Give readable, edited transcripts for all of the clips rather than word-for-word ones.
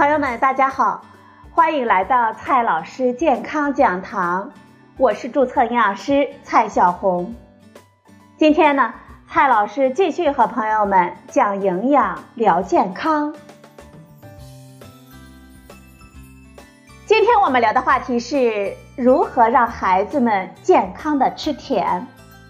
朋友们，大家好，欢迎来到蔡老师健康讲堂，我是注册营养师蔡小红。今天呢，蔡老师继续和朋友们讲营养聊健康。今天我们聊的话题是如何让孩子们健康的吃甜。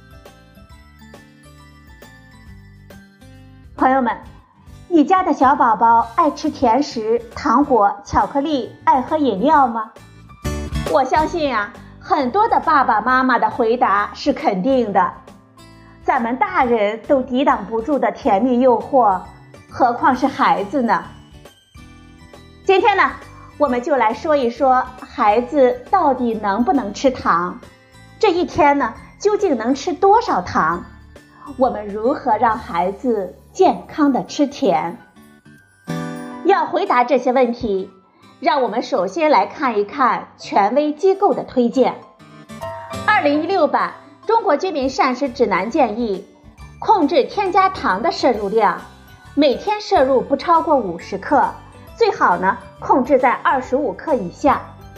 朋友们，你家的小宝宝爱吃甜食、糖果、巧克力，爱喝饮料吗？我相信很多的爸爸妈妈的回答是肯定的。咱们大人都抵挡不住的甜蜜诱惑，何况是孩子呢？今天呢，我们就来说一说孩子到底能不能吃糖，这一天呢，究竟能吃多少糖？我们如何让孩子健康的吃甜？要回答这些问题，让我们首先来看一看权威机构的推荐。2016版中国居民膳食指南建议，控制添加糖的摄入量，每天摄入不超过50克，最好呢控制在25克以下。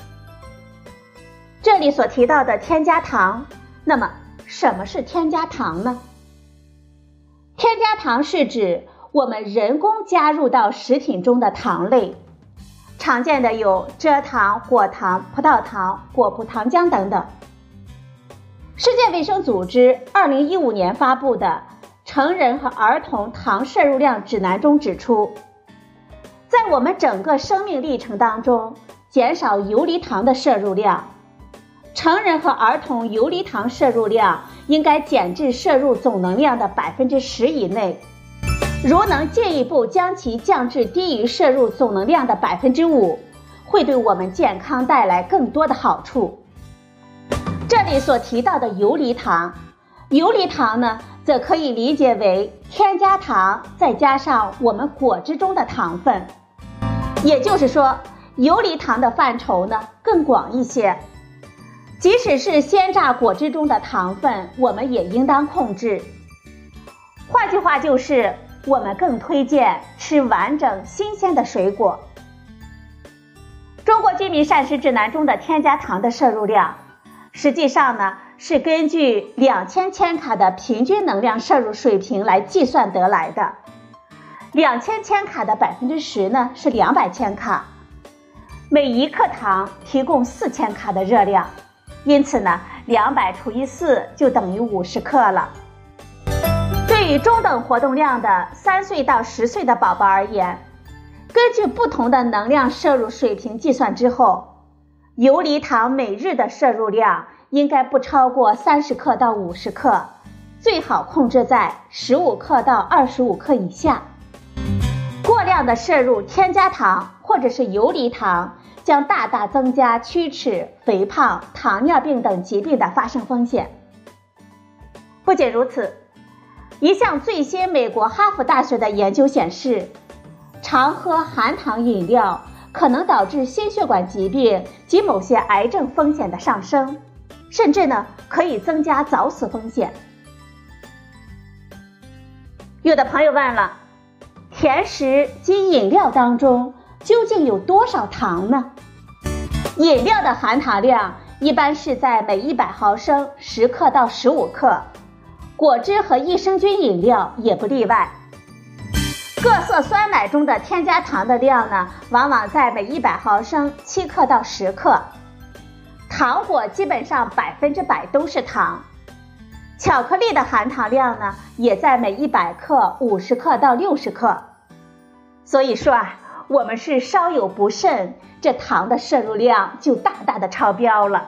这里所提到的添加糖，那么什么是添加糖呢？添加糖是指我们人工加入到食品中的糖类，常见的有蔗糖、果糖、葡萄糖、果葡糖浆等等。世界卫生组织2015年发布的成人和儿童糖摄入量指南中指出，在我们整个生命历程当中，减少游离糖的摄入量，成人和儿童游离糖摄入量应该减至摄入总能量的10%以内，如能进一步将其降至低于摄入总能量的5%，会对我们健康带来更多的好处。这里所提到的游离糖呢，则可以理解为添加糖再加上我们果汁中的糖分，也就是说，游离糖的范畴呢更广一些。即使是鲜榨果汁中的糖分，我们也应当控制。换句话就是，我们更推荐吃完整新鲜的水果。中国居民膳食指南中的添加糖的摄入量，实际上呢是根据2000千卡的平均能量摄入水平来计算得来的。2000千卡的10%呢是200千卡，每1克糖提供4000卡的热量，因此呢200除以4就等于50克了。对于中等活动量的3岁到10岁的宝宝而言，根据不同的能量摄入水平计算之后，游离糖每日的摄入量应该不超过30克到50克，最好控制在15克到25克以下。过量的摄入添加糖或者是游离糖，将大大增加龋齿、肥胖、糖尿病等疾病的发生风险。不仅如此，一项最新美国哈佛大学的研究显示，常喝含糖饮料可能导致心血管疾病及某些癌症风险的上升，甚至呢可以增加早死风险。有的朋友问了，甜食及饮料当中究竟有多少糖呢？饮料的含糖量一般是在每100毫升10克到15克，果汁和益生菌饮料也不例外。各色酸奶中的添加糖的量呢，往往在每100毫升7克到10克。糖果基本上100%都是糖。巧克力的含糖量呢，也在每100克50克到60克。所以说我们是稍有不慎，这糖的摄入量就大大的超标了。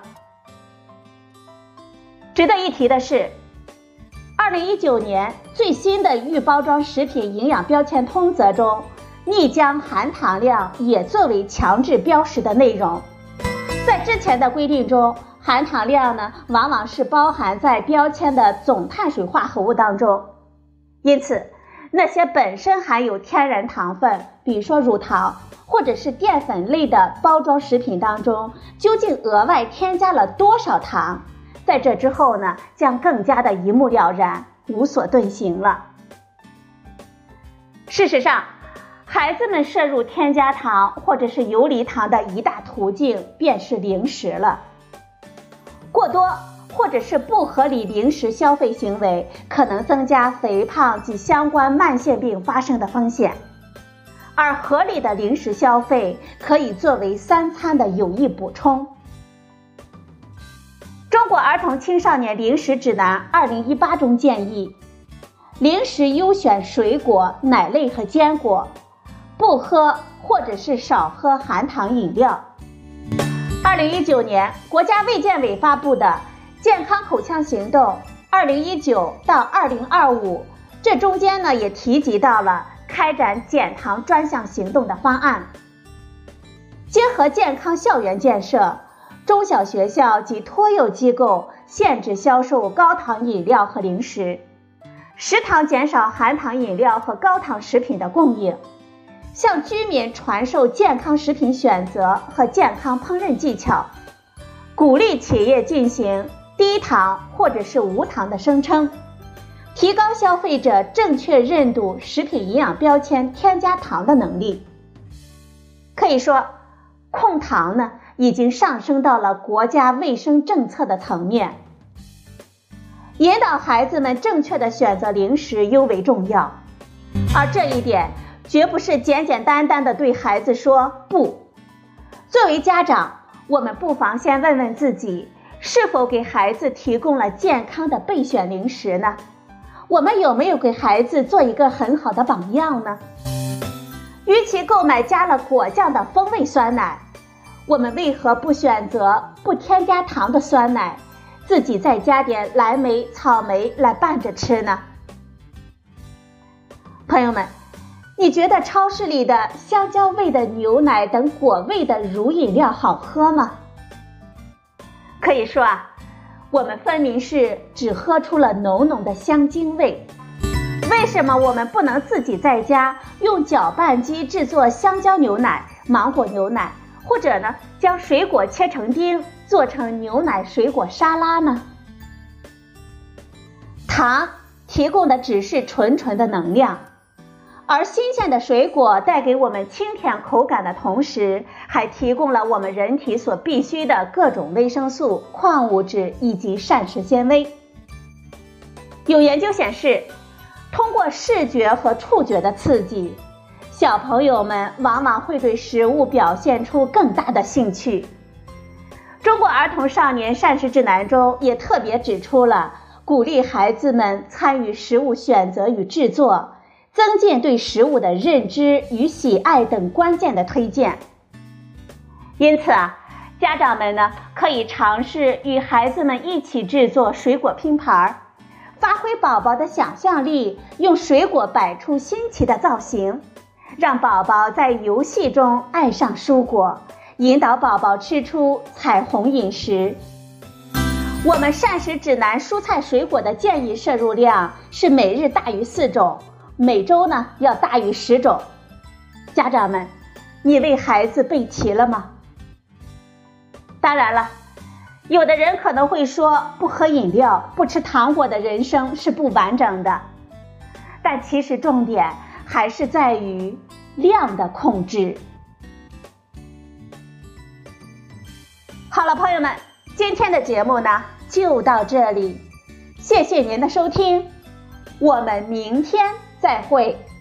值得一提的是，2019年最新的预包装食品营养标签通则中，腻将含糖量也作为强制标识的内容。在之前的规定中，含糖量呢往往是包含在标签的总碳水化合物当中，因此那些本身含有天然糖分，比如说乳糖或者是淀粉类的包装食品当中，究竟额外添加了多少糖，在这之后呢将更加的一目了然，无所遁形了。事实上， 孩子们摄入添加糖或者是游离糖的一大途径便是零食了。过多或者是不合理零食消费行为，可能增加肥胖及相关慢性病发生的风险。而合理的零食消费可以作为3餐的有益补充。中国儿童青少年零食指南2018中建议，零食优选水果、奶类和坚果，不喝或者是少喝含糖饮料。2019年，国家卫健委发布的健康口腔行动2019到2025，这中间呢也提及到了开展减糖专项行动的方案。结合健康校园建设，中小学校及托幼机构限制销售高糖饮料和零食，食堂减少含糖饮料和高糖食品的供应，向居民传授健康食品选择和健康烹饪技巧，鼓励企业进行低糖或者是无糖的声称，提高消费者正确认读食品营养标签添加糖的能力。可以说，控糖呢已经上升到了国家卫生政策的层面。引导孩子们正确的选择零食尤为重要，而这一点绝不是简简单单的对孩子说不。作为家长，我们不妨先问问自己，是否给孩子提供了健康的备选零食呢？我们有没有给孩子做一个很好的榜样呢？与其购买加了果酱的风味酸奶，我们为何不选择不添加糖的酸奶，自己再加点蓝莓、草莓来拌着吃呢？朋友们，你觉得超市里的香蕉味的牛奶等果味的乳饮料好喝吗？可以说我们分明是只喝出了浓浓的香精味。为什么我们不能自己在家用搅拌机制作香蕉牛奶、芒果牛奶，或者呢将水果切成丁做成牛奶水果沙拉呢？糖提供的只是纯纯的能量，而新鲜的水果带给我们清甜口感的同时，还提供了我们人体所必需的各种维生素、矿物质以及膳食纤维。有研究显示，通过视觉和触觉的刺激，小朋友们往往会对食物表现出更大的兴趣。中国儿童少年膳食指南中也特别指出了鼓励孩子们参与食物选择与制作，增进对食物的认知与喜爱等关键的推荐。因此家长们呢可以尝试与孩子们一起制作水果拼盘，发挥宝宝的想象力，用水果摆出新奇的造型，让宝宝在游戏中爱上蔬果，引导宝宝吃出彩虹饮食。我们膳食指南蔬菜水果的建议摄入量是每日大于4种，每周呢要大于10种。家长们，你为孩子备齐了吗？当然了，有的人可能会说，不喝饮料、不吃糖果的人生是不完整的。但其实重点还是在于量的控制。好了，朋友们，今天的节目呢就到这里，谢谢您的收听，我们明天再会。